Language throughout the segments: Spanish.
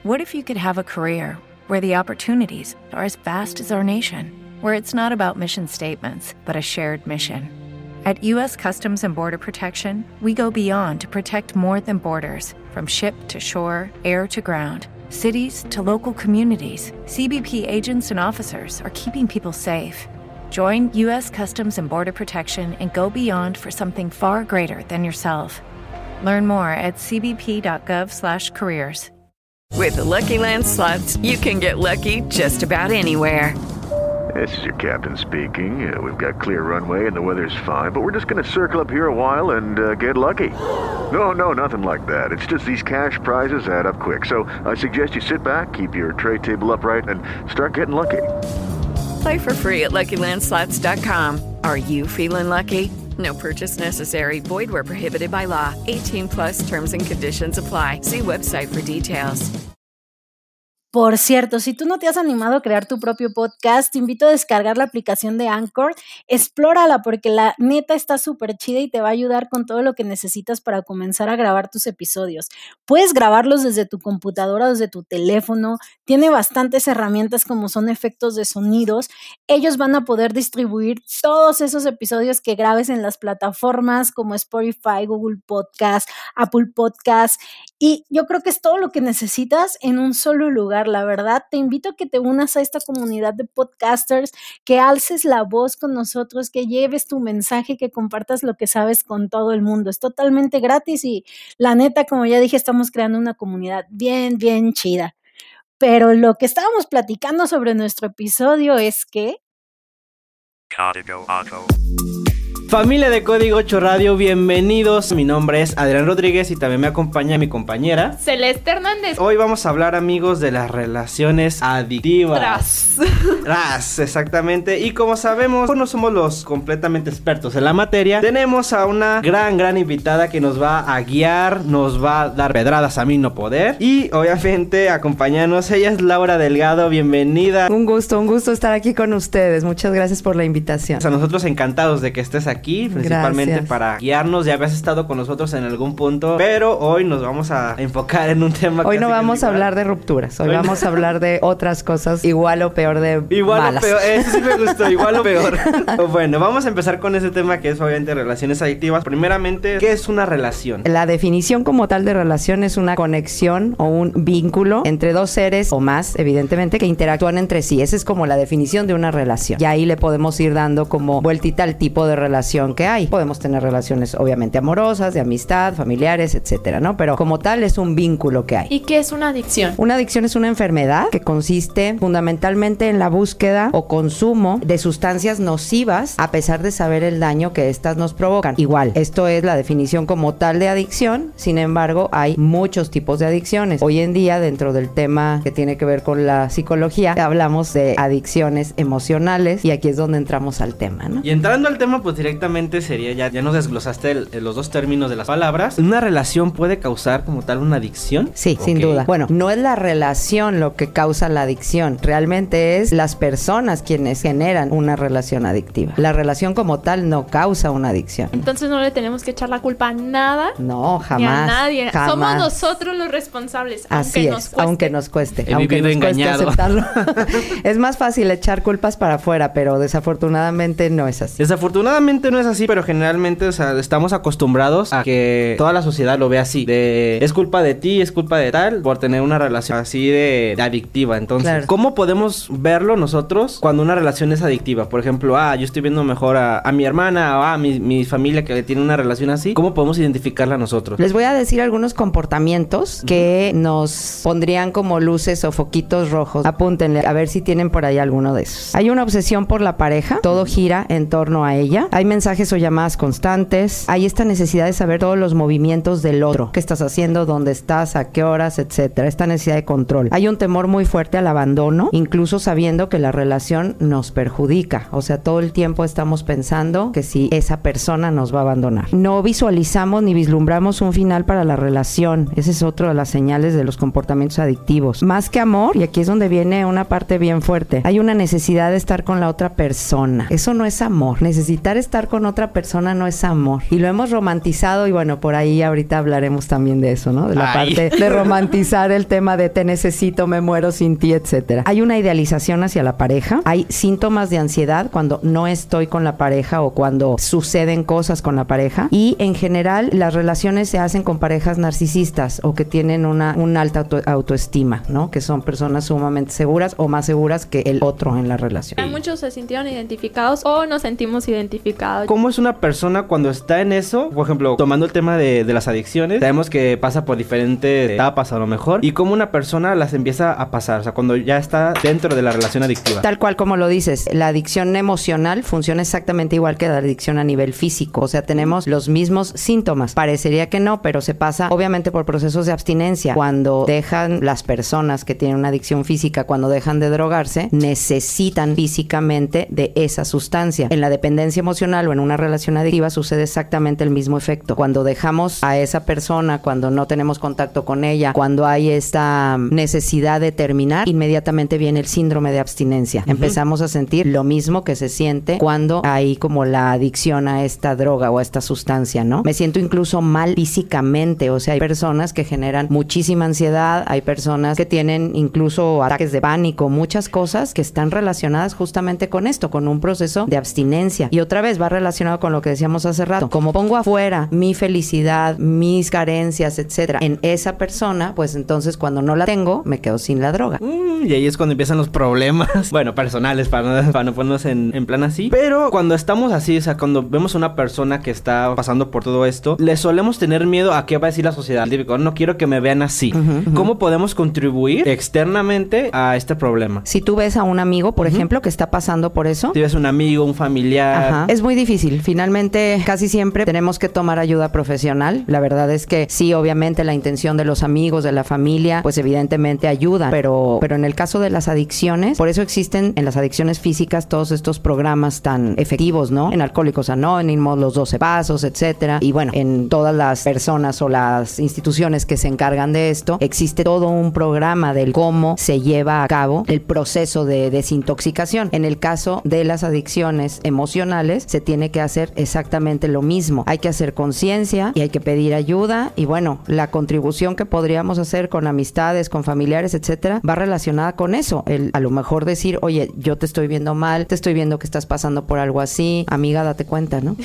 What if you could have a career where the opportunities are as vast as our nation, where it's not about mission statements, but a shared mission? At U.S. Customs and Border Protection, we go beyond to protect more than borders. From ship to shore, air to ground, cities to local communities, CBP agents and officers are keeping people safe. Join U.S. Customs and Border Protection and go beyond for something far greater than yourself. Learn more at cbp.gov/careers. With the Lucky Land Slots, you can get lucky just about anywhere. This is your captain speaking. We've got clear runway and the weather's fine, but we're just going to circle up here a while and get lucky. No, nothing like that. It's just these cash prizes add up quick. So I suggest you sit back, keep your tray table upright, and start getting lucky. Play for free at LuckyLandSlots.com. Are you feeling lucky? No purchase necessary. Void where prohibited by law. 18+ terms and conditions apply. See website for details. Por cierto, si tú no te has animado a crear tu propio podcast, te invito a descargar la aplicación de Anchor. Explórala porque la neta está súper chida y te va a ayudar con todo lo que necesitas para comenzar a grabar tus episodios. Puedes grabarlos desde tu computadora, desde tu teléfono. Tiene bastantes herramientas como son efectos de sonidos. Ellos van a poder distribuir todos esos episodios que grabes en las plataformas como Spotify, Google Podcast, Apple Podcast. Y yo creo que es todo lo que necesitas en un solo lugar. La verdad, te invito a que te unas a esta comunidad de podcasters, que alces la voz con nosotros, que lleves tu mensaje, que compartas lo que sabes con todo el mundo. Es totalmente gratis y la neta, como ya dije, estamos creando una comunidad bien, bien chida. Pero lo que estábamos platicando sobre nuestro episodio es que... Código 8. Familia de Código 8 Radio, bienvenidos. Mi nombre es Adrián Rodríguez y también me acompaña mi compañera Celeste Hernández. Hoy vamos a hablar, amigos, de las relaciones adictivas. Tras, exactamente. Y como sabemos, no somos los completamente expertos en la materia. Tenemos a una gran invitada que nos va a guiar, nos va a dar pedradas a mí no poder. Y obviamente acompañarnos, ella es Laura Delgado, bienvenida. Un gusto estar aquí con ustedes. Muchas gracias por la invitación. A nosotros encantados de que estés aquí, principalmente gracias. Para guiarnos. Ya habías estado con nosotros en algún punto, pero hoy nos vamos a enfocar en un tema. Hoy no vamos a hablar de rupturas, hoy vamos a hablar de otras cosas igual o peor de malas. O peor, eso sí me gustó, igual o peor. Bueno, vamos a empezar con ese tema que es obviamente relaciones adictivas. Primeramente, ¿qué es una relación? La definición como tal de relación es una conexión o un vínculo entre dos seres o más, evidentemente, que interactúan entre sí. Esa es como la definición de una relación. Y ahí le podemos ir dando como vueltita al tipo de relación que hay. Podemos tener relaciones obviamente amorosas, de amistad, familiares, etcétera, ¿no? Pero como tal es un vínculo que hay. ¿Y qué es una adicción? Una adicción es una enfermedad que consiste fundamentalmente en la búsqueda o consumo de sustancias nocivas a pesar de saber el daño que éstas nos provocan. Igual, esto es la definición como tal de adicción. Sin embargo, hay muchos tipos de adicciones. Hoy en día, dentro del tema que tiene que ver con la psicología, hablamos de adicciones emocionales y aquí es donde entramos al tema, ¿no? Y entrando al tema, pues directamente sería, ya nos desglosaste los dos términos de las palabras. ¿Una relación puede causar como tal una adicción? Sí, sin duda. Bueno, no es la relación lo que causa la adicción, realmente es las personas quienes generan una relación adictiva. La relación como tal no causa una adicción. Entonces no le tenemos que echar la culpa a nada. No, jamás. Ni a nadie. Jamás. Somos nosotros los responsables. Así es, aunque nos cueste. He vivido engañado. Aceptarlo. Es más fácil echar culpas para afuera, pero desafortunadamente no es así. Desafortunadamente no es así, pero generalmente, o sea, estamos acostumbrados a que toda la sociedad lo ve así, de es culpa de ti, es culpa de tal, por tener una relación así de adictiva. Entonces, claro. ¿Cómo podemos verlo nosotros cuando una relación es adictiva? Por ejemplo, yo estoy viendo mejor a mi hermana o a mi familia que tiene una relación así. ¿Cómo podemos identificarla nosotros? Les voy a decir algunos comportamientos que nos pondrían como luces o foquitos rojos. Apúntenle, a ver si tienen por ahí alguno de esos. Hay una obsesión por la pareja, todo gira en torno a ella. Hay mensajes o llamadas constantes. Hay esta necesidad de saber todos los movimientos del otro. ¿Qué estás haciendo? ¿Dónde estás? ¿A qué horas? Etcétera. Esta necesidad de control. Hay un temor muy fuerte al abandono, incluso sabiendo que la relación nos perjudica. O sea, todo el tiempo estamos pensando que si esa persona nos va a abandonar. No visualizamos ni vislumbramos un final para la relación. Esa es otra de las señales de los comportamientos adictivos. Más que amor, y aquí es donde viene una parte bien fuerte, hay una necesidad de estar con la otra persona. Eso no es amor. Necesitar estar estar con otra persona no es amor. Y lo hemos romantizado y bueno, por ahí ahorita hablaremos también de eso, ¿no? De la parte de romantizar el tema de te necesito, me muero sin ti, etcétera. Hay una idealización hacia la pareja. Hay síntomas de ansiedad cuando no estoy con la pareja o cuando suceden cosas con la pareja. Y en general, las relaciones se hacen con parejas narcisistas o que tienen una alta autoestima, ¿no? Que son personas sumamente seguras o más seguras que el otro en la relación. Muchos se sintieron identificados o nos sentimos identificados. ¿Cómo es una persona cuando está en eso? Por ejemplo, tomando el tema de las adicciones, sabemos que pasa por diferentes etapas a lo mejor. ¿Y cómo una persona las empieza a pasar? O sea, cuando ya está dentro de la relación adictiva. Tal cual como lo dices, la adicción emocional funciona exactamente igual que la adicción a nivel físico. O sea, tenemos los mismos síntomas. Parecería que no, pero se pasa obviamente por procesos de abstinencia. Cuando dejan las personas que tienen una adicción física, cuando dejan de drogarse, necesitan físicamente de esa sustancia. En la dependencia emocional o en una relación adictiva sucede exactamente el mismo efecto. Cuando dejamos a esa persona, cuando no tenemos contacto con ella, cuando hay esta necesidad de terminar, inmediatamente viene el síndrome de abstinencia. Empezamos a sentir lo mismo que se siente cuando hay como la adicción a esta droga o a esta sustancia, ¿no? Me siento incluso mal físicamente, o sea, hay personas que generan muchísima ansiedad, hay personas que tienen incluso ataques de pánico, muchas cosas que están relacionadas justamente con esto, con un proceso de abstinencia. Y otra vez va relacionado con lo que decíamos hace rato. Como pongo afuera mi felicidad, mis carencias, etcétera, en esa persona, pues entonces cuando no la tengo, me quedo sin la droga. Y ahí es cuando empiezan los problemas, bueno, personales, para no ponernos en plan así. Pero cuando estamos así, o sea, cuando vemos a una persona que está pasando por todo esto, le solemos tener miedo a qué va a decir la sociedad. Típico, no quiero que me vean así. ¿Cómo podemos contribuir externamente a este problema? Si tú ves a un amigo, por ejemplo, que está pasando por eso. Si ves un amigo, un familiar. Es muy difícil. Finalmente, casi siempre tenemos que tomar ayuda profesional. La verdad es que sí, obviamente la intención de los amigos, de la familia, pues evidentemente ayuda. Pero en el caso de las adicciones, por eso existen en las adicciones físicas todos estos programas tan efectivos, ¿no? En Alcohólicos Anónimos, los 12 pasos, etcétera. Y bueno, en todas las personas o las instituciones que se encargan de esto, existe todo un programa del cómo se lleva a cabo el proceso de desintoxicación. En el caso de las adicciones emocionales, se tiene que hacer exactamente lo mismo. Hay que hacer conciencia y hay que pedir ayuda. Y bueno, la contribución que podríamos hacer con amistades, con familiares, etcétera, va relacionada con eso. A lo mejor decir, oye, yo te estoy viendo mal, te estoy viendo que estás pasando por algo así. Amiga, date cuenta, ¿no?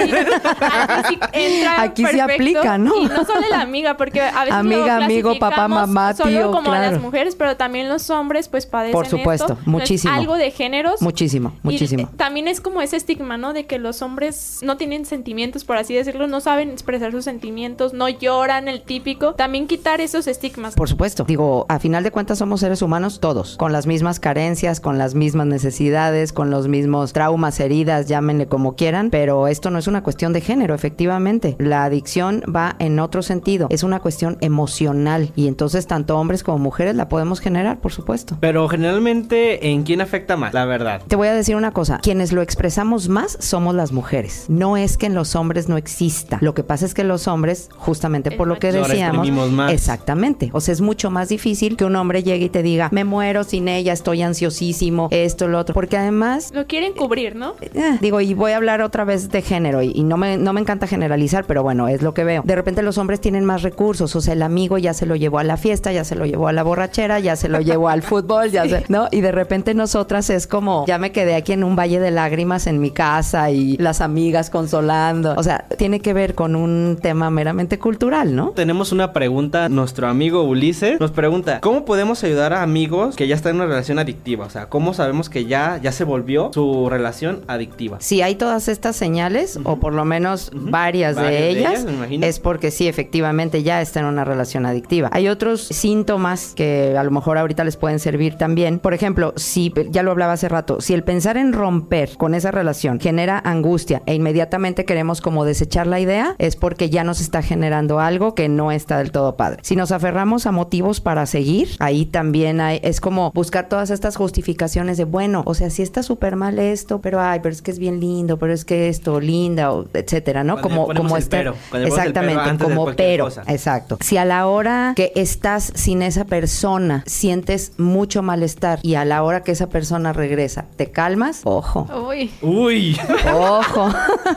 Aquí sí entra aquí se aplica, ¿no? Y no solo la amiga, porque a veces amiga, amigo, papá, mamá, solo tío, como claro. a las mujeres, pero también los hombres pues padecen por supuesto, esto. muchísimo. No es algo de géneros. Muchísimo. Y también es como ese estigma, ¿no? De que los hombres no tienen sentimientos, por así decirlo, no saben expresar sus sentimientos, no lloran, el típico. También quitar esos estigmas. Por supuesto. Digo, a final de cuentas somos seres humanos todos, con las mismas carencias, con las mismas necesidades, con los mismos traumas, heridas, llámenle como quieran, pero esto no es una cuestión de género, efectivamente. La adicción va en otro sentido, es una cuestión emocional y entonces tanto hombres como mujeres la podemos generar, por supuesto. Pero generalmente, ¿en quién afecta más? La verdad. Te voy a decir una cosa, quienes lo expresamos más somos las mujeres. No es que en los hombres no exista. Lo que pasa es que los hombres, justamente por lo que decíamos, más. Exactamente. O sea, es mucho más difícil que un hombre llegue y te diga, me muero sin ella, estoy ansiosísimo, esto, lo otro, porque además lo quieren cubrir, ¿no? Digo, y voy a hablar otra vez de género y no me encanta generalizar, pero bueno, es lo que veo. De repente los hombres tienen más recursos, o sea, el amigo ya se lo llevó a la fiesta, ya se lo llevó a la borrachera, ya se lo llevó al fútbol, ya se, ¿no? Y de repente nosotras es como, ya me quedé aquí en un valle de lágrimas en mi casa y las amigas consolando. O sea, tiene que ver con un tema meramente cultural, ¿no? Tenemos una pregunta, nuestro amigo Ulises nos pregunta, ¿cómo podemos ayudar a amigos que ya están en una relación adictiva? O sea, ¿cómo sabemos que ya se volvió su relación adictiva? Si hay todas estas señales, o por lo menos varias de ellas, me imagino, es porque sí, efectivamente ya está en una relación adictiva. Hay otros síntomas que a lo mejor ahorita les pueden servir también. Por ejemplo, si, ya lo hablaba hace rato, si el pensar en romper con esa relación genera angustia e inmediatamente queremos como desechar la idea, es porque ya nos está generando algo que no está del todo padre. Si nos aferramos a motivos para seguir, ahí también es como buscar todas estas justificaciones de, bueno, o sea, sí está súper mal esto, pero es que es bien lindo, pero es que esto, linda, etcétera, ¿no? Como estar, exactamente, como pero, exacto. Si a la hora que estás sin esa persona sientes mucho malestar y a la hora que esa persona regresa te calmas, ojo. Uy. Ojo.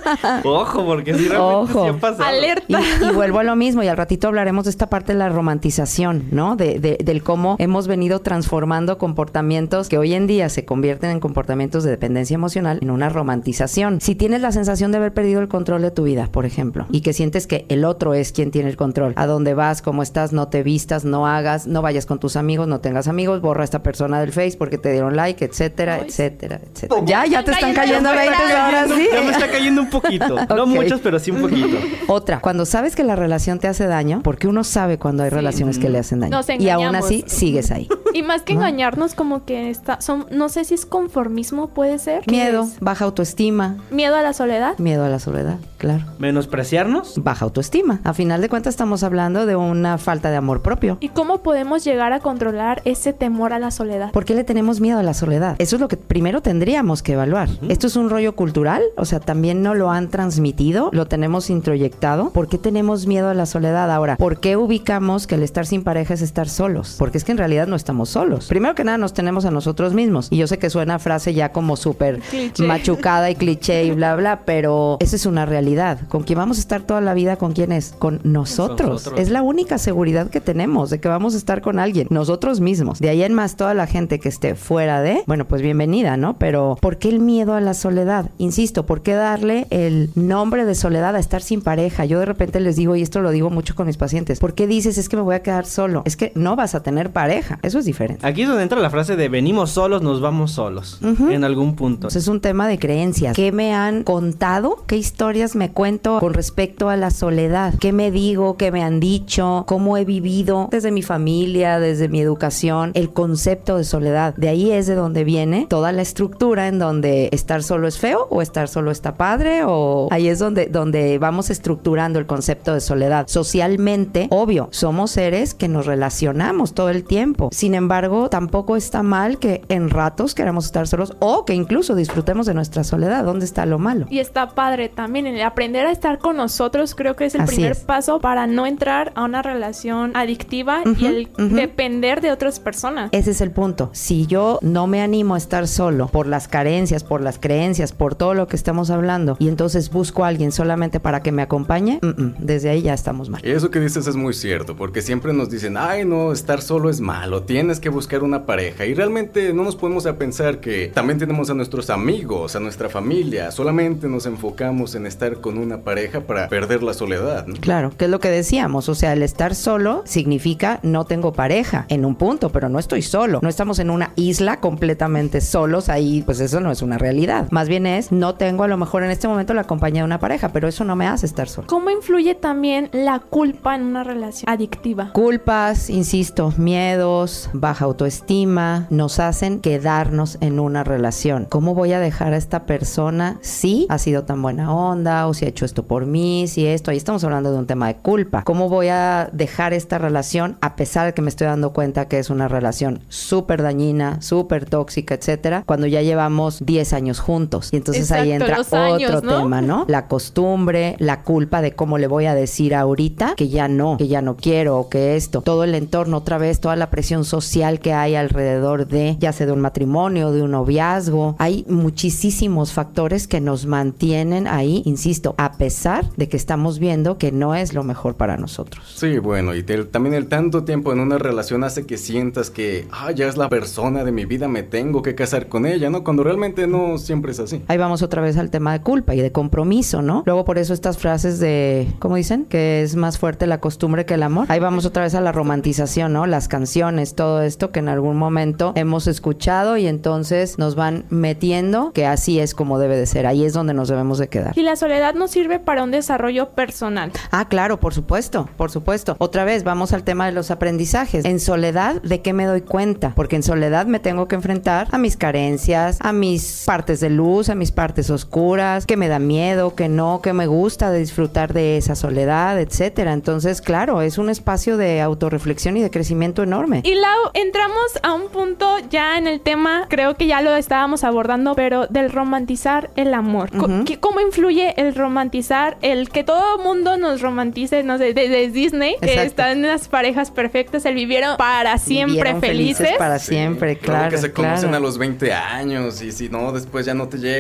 Ojo, porque si realmente sí ha pasado. Alerta. Y vuelvo a lo mismo, y al ratito hablaremos de esta parte de la romantización, ¿no? Del cómo hemos venido transformando comportamientos que hoy en día se convierten en comportamientos de dependencia emocional en una romantización. Si tienes la sensación de haber perdido el control de tu vida, por ejemplo, y que sientes que el otro es quien tiene el control, a dónde vas, cómo estás, no te vistas, no hagas, no vayas con tus amigos, no tengas amigos, borra a esta persona del Face porque te dieron like, etcétera, etcétera, etcétera. Ya te están cayendo 20 ahora sí. Ya me está cayendo un poquito. No Ok. muchos, pero sí un poquito. Otra, cuando sabes que la relación te hace daño, porque uno sabe cuando hay relaciones que le hacen daño. Nos Y aún engañamos. así sigues ahí. Y más que engañarnos, como que no sé si es conformismo, puede ser. ¿Qué Miedo, es? baja autoestima. Miedo a la soledad. Miedo a la soledad, claro. ¿Menospreciarnos? Baja autoestima. A final de cuentas estamos hablando de una falta de amor propio. ¿Y cómo podemos llegar a controlar ese temor a la soledad? ¿Por qué le tenemos miedo a la soledad? Eso es lo que primero tendríamos que evaluar. ¿Esto es un rollo cultural? O sea, también no lo han transmitido, lo tenemos introyectado. ¿Por qué tenemos miedo a la soledad ahora? ¿Por qué ubicamos que el estar sin pareja es estar solos? Porque es que en realidad no estamos solos. Primero que nada nos tenemos a nosotros mismos. Y yo sé que suena a frase ya como súper Cliché. machucada y cliché y bla, bla, pero esa es una realidad. ¿Con quién vamos a estar toda la vida? ¿Con quién es? Con nosotros. Nosotros. Es la única seguridad que tenemos de que vamos a estar con alguien. Nosotros mismos. De ahí en más, toda la gente que esté fuera de, bueno, pues bienvenida, ¿no? Pero ¿por qué el miedo a la soledad? Insisto, ¿por qué darle el nombre de soledad a estar sin pareja? Yo de repente les digo, y esto lo digo mucho con mis pacientes, ¿por qué dices es que me voy a quedar solo? Es que no vas a tener pareja. Eso es diferente. Aquí es donde entra la frase de venimos solos, nos vamos solos. En algún punto. Entonces es un tema de creencias. ¿Qué me han contado? ¿Qué historias me cuento con respecto a la soledad? ¿Qué me digo? ¿Qué me han dicho? ¿Cómo he vivido desde mi familia, desde mi educación, el concepto de soledad? De ahí es de donde viene toda la estructura en donde estar solo es feo o estar solo está padre, o ahí es donde vamos estructurando el concepto de soledad. Socialmente, obvio, somos seres que nos relacionamos todo el tiempo. Sin embargo, tampoco está mal que en ratos queramos estar solos o que incluso disfrutemos de nuestra soledad. ¿Dónde está lo malo? Y está padre también el aprender a estar con nosotros. Creo que es el Así primer es. paso para no entrar a una relación adictiva y el depender de otras personas. Ese es el punto. Si yo no me animo a estar solo por las carencias, por las creencias, por todo lo que estamos hablando, y entonces busco a alguien solamente para que me acompañe, desde ahí ya estamos mal. Eso que dices es muy cierto, porque siempre nos dicen, ay no, estar solo es malo, tienes que buscar una pareja, y realmente no nos ponemos a pensar que también tenemos a nuestros amigos, a nuestra familia, solamente nos enfocamos en estar con una pareja para perder la soledad, ¿no? Claro, que es lo que decíamos, o sea, el estar solo significa no tengo pareja en un punto, pero no estoy solo, no estamos en una isla completamente solos, ahí pues eso no es una realidad, más bien es no tengo a lo mejor en este momento la compañía de una pareja, pero eso no me hace estar solo. ¿Cómo influye también la culpa en una relación adictiva? Culpas, insisto, miedos, baja autoestima, nos hacen quedarnos en una relación. ¿Cómo voy a dejar a esta persona si ha sido tan buena onda o si ha hecho esto por mí, si esto? Ahí estamos hablando de un tema de culpa. ¿Cómo voy a dejar esta relación a pesar de que me estoy dando cuenta que es una relación súper dañina, súper tóxica, etcétera, cuando ya llevamos 10 años juntos? Y entonces ahí Exacto, entra los años, otro ¿no? tema, ¿no? La costumbre, la culpa de cómo le voy a decir ahorita que ya no quiero, o que esto, todo el entorno otra vez, toda la presión social que hay alrededor de, ya sea de un matrimonio, de un noviazgo. Hay muchísimos factores que nos mantienen ahí, insisto, a pesar de que estamos viendo que no es lo mejor para nosotros. Sí, bueno, y también el tanto tiempo en una relación hace que sientas que, ya es la persona de mi vida, me tengo que casar con ella, ¿no? Cuando realmente no siempre es así. Ahí vamos otra vez al tema de culpa y de compromiso, ¿no? Luego por eso estas frases de, ¿cómo dicen? Que es más fuerte la costumbre que el amor. Ahí vamos otra vez a la romantización, ¿no? Las canciones, todo esto que en algún momento hemos escuchado y entonces nos van metiendo que así es como debe de ser. Ahí es donde nos debemos de quedar. Y la soledad nos sirve para un desarrollo personal. Ah, claro, por supuesto, por supuesto. Otra vez, vamos al tema de los aprendizajes. En soledad, ¿de qué me doy cuenta? Porque en soledad me tengo que enfrentar a mis carencias, a mis partes de luz, a mis partes oscuras, que me da miedo, que no, que me gusta de disfrutar de esa soledad, etcétera. Entonces, claro, es un espacio de autorreflexión y de crecimiento enorme. Y Lau, entramos a un punto ya en el tema, creo que ya lo estábamos abordando, pero del romantizar el amor. ¿Cómo influye el romantizar, el que todo mundo nos romantice, no sé, desde Disney, que Exacto. están las parejas perfectas, el vivieron para siempre Vivieron felices? para siempre, Luego claro, que se conocen claro. a los 20 años y si no, después ya no te llega el amor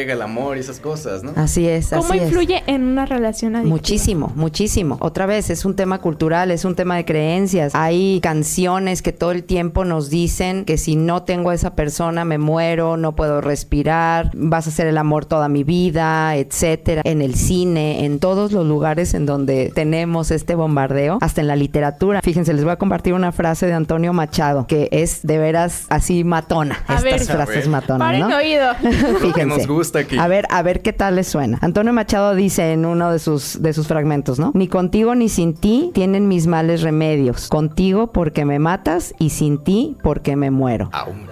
amor y esas cosas, ¿no? Así es, ¿Cómo influye en una relación adictiva? Muchísimo, muchísimo. Otra vez, es un tema cultural, es un tema de creencias. Hay canciones que todo el tiempo nos dicen que si no tengo a esa persona me muero, no puedo respirar, vas a ser el amor toda mi vida, etcétera. En el cine, en todos los lugares en donde tenemos este bombardeo, hasta en la literatura. Fíjense, les voy a compartir una frase de Antonio Machado que es de veras así matona. Estas frases matonas, paren ¿no? oído. Fíjense. Nos gusta aquí. A ver qué tal les suena. Antonio Machado dice en uno de sus fragmentos, ¿no? Ni contigo ni sin ti tienen mis males remedios. Contigo porque me matas y sin ti porque me muero.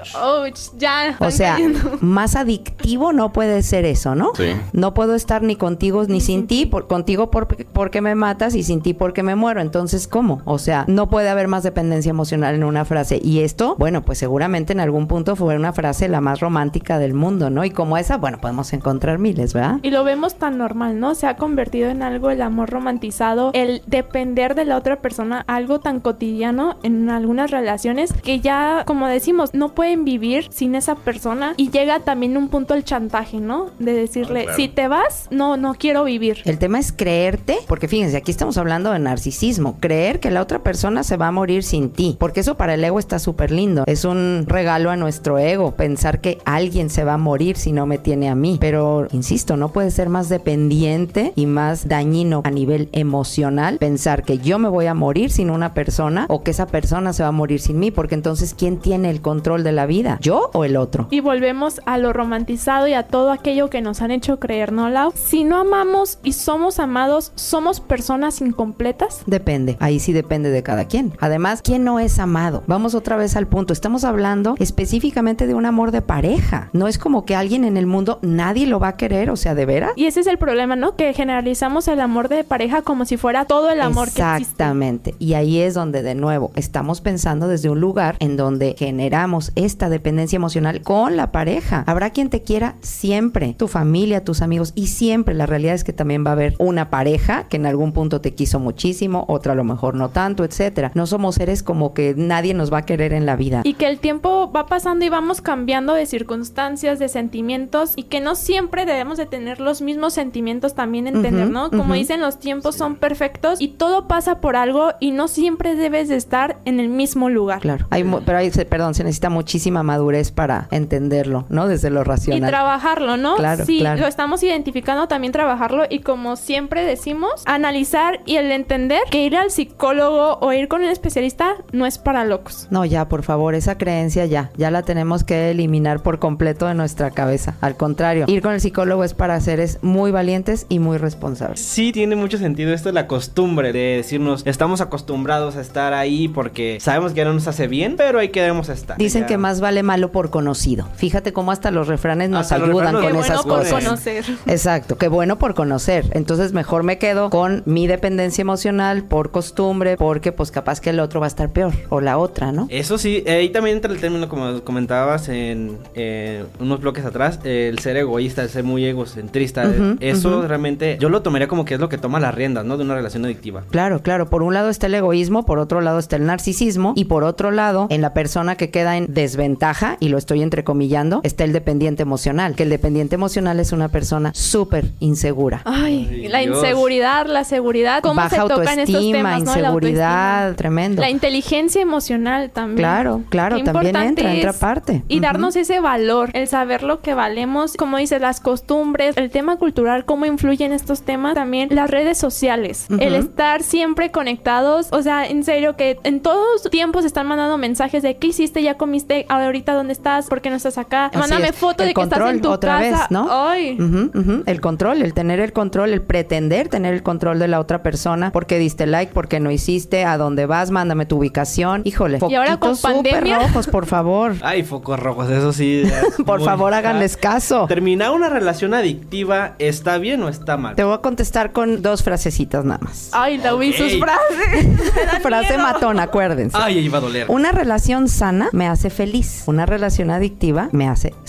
Ya. O sea, más adictivo no puede ser eso, ¿no? Sí. No puedo estar ni contigo ni sin ti, contigo porque me matas y sin ti porque me muero. Entonces, ¿cómo? O sea, no puede haber más dependencia emocional en una frase. Y esto, bueno, pues seguramente en algún punto fue una frase la más romántica del mundo, ¿no? Y como esa, bueno, podemos encontrar miles, ¿verdad? Y lo vemos tan normal, ¿no? Se ha convertido en algo el amor romantizado, el depender de la otra persona, algo tan cotidiano en algunas relaciones que ya, como decimos, no pueden vivir sin esa persona. Y llega también un punto el chantaje, ¿no? De decirle, claro. Si te vas, no quiero vivir. El tema es creerte, porque fíjense, aquí estamos hablando de narcisismo, creer que la otra persona se va a morir sin ti, porque eso para el ego está súper lindo, es un regalo a nuestro ego, pensar que alguien se va a morir si no me tiene a mí, pero insisto, no puede ser más dependiente y más dañino a nivel emocional pensar que yo me voy a morir sin una persona o que esa persona se va a morir sin mí, porque entonces ¿quién tiene el control de la vida? ¿Yo o el otro? Y volvemos a lo romantizado y a todo aquello que nos han hecho creer, ¿no, Lau? Si no amamos y somos amados, ¿somos personas incompletas? Depende, ahí sí depende de cada quien. Además, ¿quién no es amado? Vamos otra vez al punto, estamos hablando específicamente de un amor de pareja. No es como que alguien en el mundo nadie lo va a querer, o sea, ¿de veras? Y ese es el problema, ¿no? Que generalizamos el amor de pareja como si fuera todo el amor que existe. Exactamente. Y ahí es donde, de nuevo, estamos pensando desde un lugar en donde generamos esta dependencia emocional con la pareja. Habrá quien te quiera siempre, tu familia, tus amigos, y siempre. La realidad es que también va a haber una pareja que en algún punto te quiso muchísimo, otra a lo mejor no tanto, etcétera. No somos seres como que nadie nos va a querer en la vida. Y que el tiempo va pasando y vamos cambiando de circunstancias, de sentimientos, y que no siempre debemos de tener los mismos sentimientos, también entender, ¿no? Como dicen, los tiempos son perfectos y todo pasa por algo y no siempre debes de estar en el mismo lugar. Claro. Pero se necesita muchísima madurez para entenderlo, ¿no? Desde lo racional. Y trabajarlo, ¿no? Claro, sí, claro. Lo estamos identificando, también trabajarlo, y como siempre decimos, analizar y el entender que ir al psicólogo o ir con un especialista no es para locos. No, ya, por favor, esa creencia ya la tenemos que eliminar por completo de nuestra cabeza. Al contrario, ir con el psicólogo es para seres muy valientes y muy responsables. Sí, tiene mucho sentido esto de la costumbre, de decirnos, estamos acostumbrados a estar ahí porque sabemos que no nos hace bien, pero ahí queremos estar. Dicen ya. Que más vale malo por conocido. Fíjate cómo hasta los refranes nos ayudan con esas cosas. Qué bueno por conocer. Exacto, qué bueno por conocer. Entonces mejor me quedo con mi dependencia emocional por costumbre, porque pues capaz que el otro va a estar peor, o la otra, ¿no? Eso sí, ahí también entra el término, como comentabas en unos bloques atrás, el ser egoísta, el ser muy egocentrista. Eso realmente yo lo tomaría como que es lo que toma las riendas, ¿no? De una relación adictiva. Claro, claro. Por un lado está el egoísmo, por otro lado está el narcisismo, y por otro lado, en la persona que queda en desventaja, y lo estoy entrecomillando, está el dependiente emocional, que el dependiente emocional es una persona súper insegura. Ay, la inseguridad, la seguridad, cómo baja se tocan estos temas, ¿no? inseguridad, tremendo. La inteligencia emocional también. Claro, claro, también entra parte. Y darnos ese valor, el saber lo que valemos, como dices, las costumbres, el tema cultural, cómo influyen estos temas, también las redes sociales, el estar siempre conectados, o sea, en serio, que en todos tiempos están mandando mensajes de ¿qué hiciste? ¿Ya comiste? ¿Ahorita dónde estás? ¿Por qué no estás acá? Así Mándame es. foto El de que estás en tu otra casa. vez, ¿no? Ay. El control, el tener el control, el pretender tener el control de la otra persona, porque diste like, porque no hiciste, a dónde vas, mándame tu ubicación. Híjole, y ahora con pandemia, súper rojos, por favor. Ay, focos rojos, eso sí. Por favor, háganles caso. ¿Terminar una relación adictiva está bien o está mal? Te voy a contestar con 2 frasecitas nada más. Ay, la vi sus frases. Frase matona, acuérdense. Ay, iba a doler. Una relación sana me hace feliz. Una relación adictiva me hace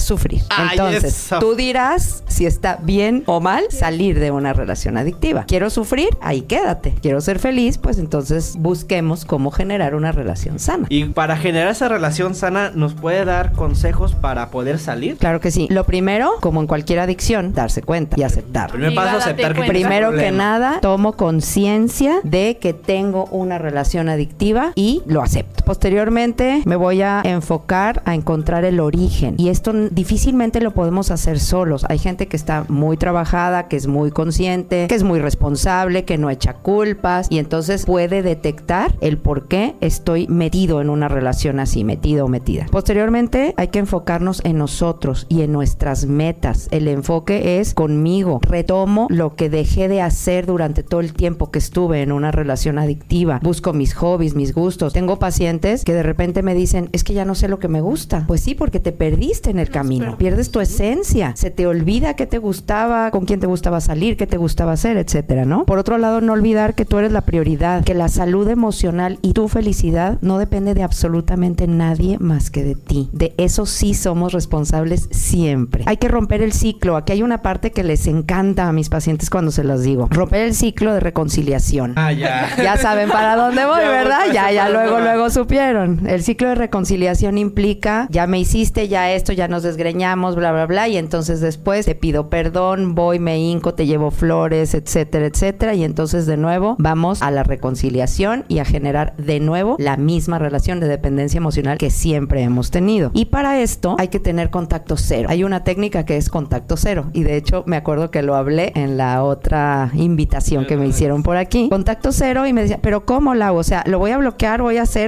sufrir. Entonces, tú dirás si está bien o mal salir de una relación adictiva. Quiero sufrir, ahí quédate. Quiero ser feliz, pues entonces busquemos cómo generar una relación sana. Y para generar esa relación sana, ¿nos puede dar consejos para poder salir? Claro que sí. Lo primero, como en cualquier adicción, darse cuenta y aceptar. Primer paso, aceptar que primero que nada, tomo conciencia de que tengo una relación adictiva y lo acepto. Posteriormente, me voy a enfocar a encontrar el origen. Y esto difícilmente lo podemos hacer solos. Hay gente que está muy trabajada, que es muy consciente, que es muy responsable, que no echa culpas y entonces puede detectar el por qué estoy metido en una relación así, metido o metida. Posteriormente, hay que enfocarnos en nosotros y en nuestras metas. El enfoque es conmigo. Retomo lo que dejé de hacer durante todo el tiempo que estuve en una relación adictiva. Busco mis hobbies, mis gustos. Tengo pacientes que de repente me dicen, es que ya no sé lo que me gusta. Pues sí, porque te perdiste en el camino. Pierdes tu esencia. Se te olvida qué te gustaba, con quién te gustaba salir, qué te gustaba hacer, etcétera, ¿no? Por otro lado, no olvidar que tú eres la prioridad, que la salud emocional y tu felicidad no depende de absolutamente nadie más que de ti. De eso sí somos responsables siempre. Hay que romper el ciclo. Aquí hay una parte que les encanta a mis pacientes cuando se las digo. Romper el ciclo de reconciliación. Ya saben para dónde voy, ¿verdad? Ya luego supieron. El ciclo de reconciliación implica, ya me hiciste, ya esto, ya nos desgreñamos, bla, bla, bla, y entonces después te pido perdón, voy, me hinco, te llevo flores, etcétera, etcétera, y entonces de nuevo vamos a la reconciliación y a generar de nuevo la misma relación de dependencia emocional que siempre hemos tenido. Y para esto hay que tener contacto cero. Hay una técnica que es contacto cero, y de hecho me acuerdo que lo hablé en la otra invitación que me hicieron por aquí. Contacto cero, y me decía, pero ¿cómo lo hago? O sea, lo voy a bloquear,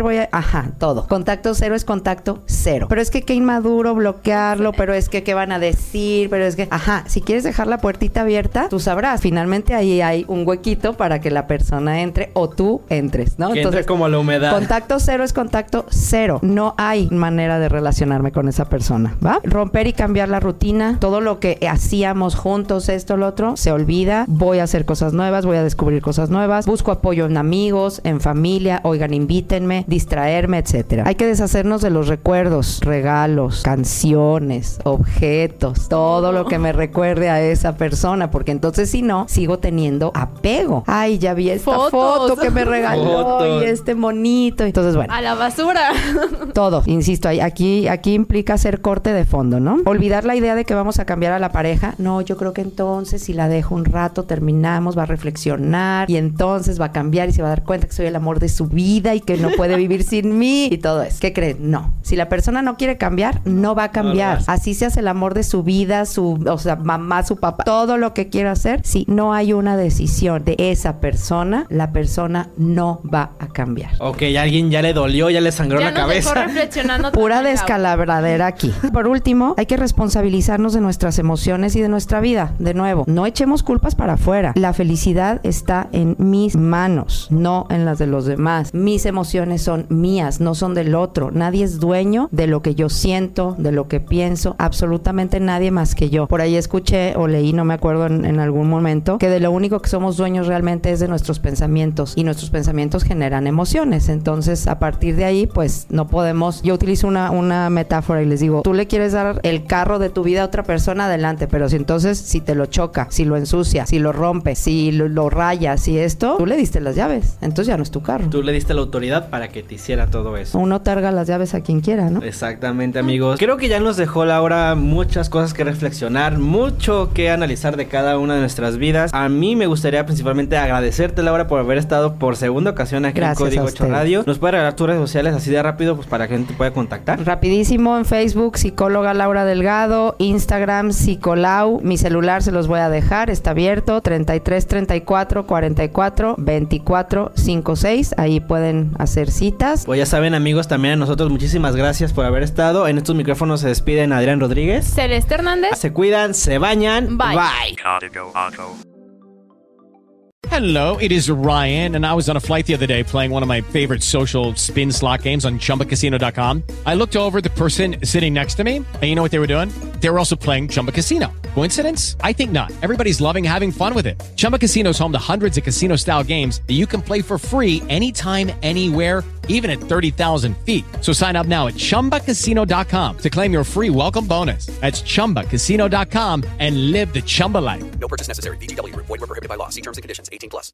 todo. Contacto cero es contacto cero. Pero es que qué inmaduro bloquearlo, pero es que qué van a decir, pero es que, si quieres dejar la puertita abierta, tú sabrás. Finalmente ahí hay un huequito para que la persona entre o tú entres, ¿no? Que entonces, entre como la humedad. Contacto cero es contacto cero. No hay manera de relacionarme con esa persona, ¿va? Romper y cambiar la rutina. Todo lo que hacíamos juntos, esto, lo otro, se olvida. Voy a hacer cosas nuevas, voy a descubrir cosas nuevas. Busco apoyo en amigos, en familia. Oigan, invítenme, distraerme, etcétera. Hay que deshacernos de los recuerdos, regalos, canciones, objetos, todo lo que me recuerde a esa persona, porque entonces si no, sigo teniendo apego. Ay, ya vi esta foto que me regaló y este monito. Entonces, bueno. A la basura. Todo, insisto, aquí implica hacer corte de fondo, ¿no? Olvidar la idea de que vamos a cambiar a la pareja. No, yo creo que entonces si la dejo un rato, terminamos, va a reflexionar y entonces va a cambiar y se va a dar cuenta que soy el amor de su vida y que no puede vivir sin mí y todo eso. ¿Qué creen? No. Si la persona no quiere cambiar, no va a cambiar. Así se hace el amor de su vida, mamá, su papá, todo lo que quiera hacer. Si no hay una decisión de esa persona, la persona no va a cambiar. Ok, alguien ya le dolió, ya le sangró la cabeza. Dejó reflexionando. Pura descalabradera aquí. Por último, hay que responsabilizarnos de nuestras emociones y de nuestra vida. De nuevo, no echemos culpas para afuera. La felicidad está en mis manos, no en las de los demás. Mis emociones son mías, no son del otro. Nadie es dueño de lo que yo siento, de lo que pienso. Absolutamente nadie más que yo. Por ahí escuché o leí, no me acuerdo en algún momento, que de lo único que somos dueños realmente es de nuestros pensamientos. Y nuestros pensamientos generan emociones. Entonces, a partir de ahí, pues no podemos. Yo utilizo una metáfora y les digo, tú le quieres dar el carro de tu vida a otra persona, adelante, pero si te lo choca, si lo ensucia, si lo rompe, si lo raya, si esto, tú le diste las llaves, entonces ya no es tu carro. Tú le diste la autoridad para que te hiciera todo eso. Uno targa las llaves a quien quiera, ¿no? Exactamente, amigos. Creo que ya nos dejó Laura muchas cosas que reflexionar, mucho que analizar de cada una de nuestras vidas. A mí me gustaría principalmente agradecerte, Laura, por haber estado por segunda ocasión aquí en Código 8 Radio. ¿Nos puede regalar tus redes sociales así de rápido, pues para que gente te pueda contactar? Rapidísimo, en Facebook, psicóloga Laura Delgado, Instagram, psicolau. Mi celular se los voy a dejar, está abierto, 33 34 44 24 56. Ahí pueden hacer citas. Pues ya saben, amigos, también a nosotros muchísimas gracias por haber estado. En estos micrófonos se despiden Adrián Rodríguez, Celeste Hernández. Se cuidan, se bañan. Bye. Código Auto. Hello, it is Ryan, and I was on a flight the other day playing one of my favorite social spin slot games on ChumbaCasino.com. I looked over at the person sitting next to me, and you know what they were doing? They were also playing Chumba Casino. Coincidence? I think not. Everybody's loving having fun with it. Chumba Casino is home to hundreds of casino-style games that you can play for free anytime, anywhere, even at 30,000 feet. So sign up now at ChumbaCasino.com to claim your free welcome bonus. That's ChumbaCasino.com and live the Chumba life. No purchase necessary. VGW. Void where prohibited by law. See terms and conditions. 18+.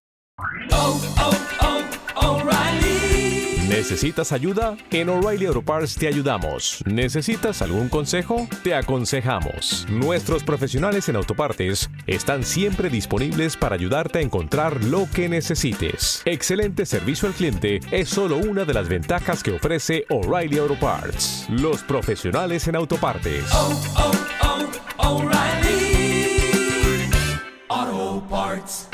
O'Reilly. ¿Necesitas ayuda? En O'Reilly Auto Parts te ayudamos. ¿Necesitas algún consejo? Te aconsejamos. Nuestros profesionales en autopartes están siempre disponibles para ayudarte a encontrar lo que necesites. Excelente servicio al cliente es solo una de las ventajas que ofrece O'Reilly Auto Parts. Los profesionales en autopartes. O'Reilly Auto Parts.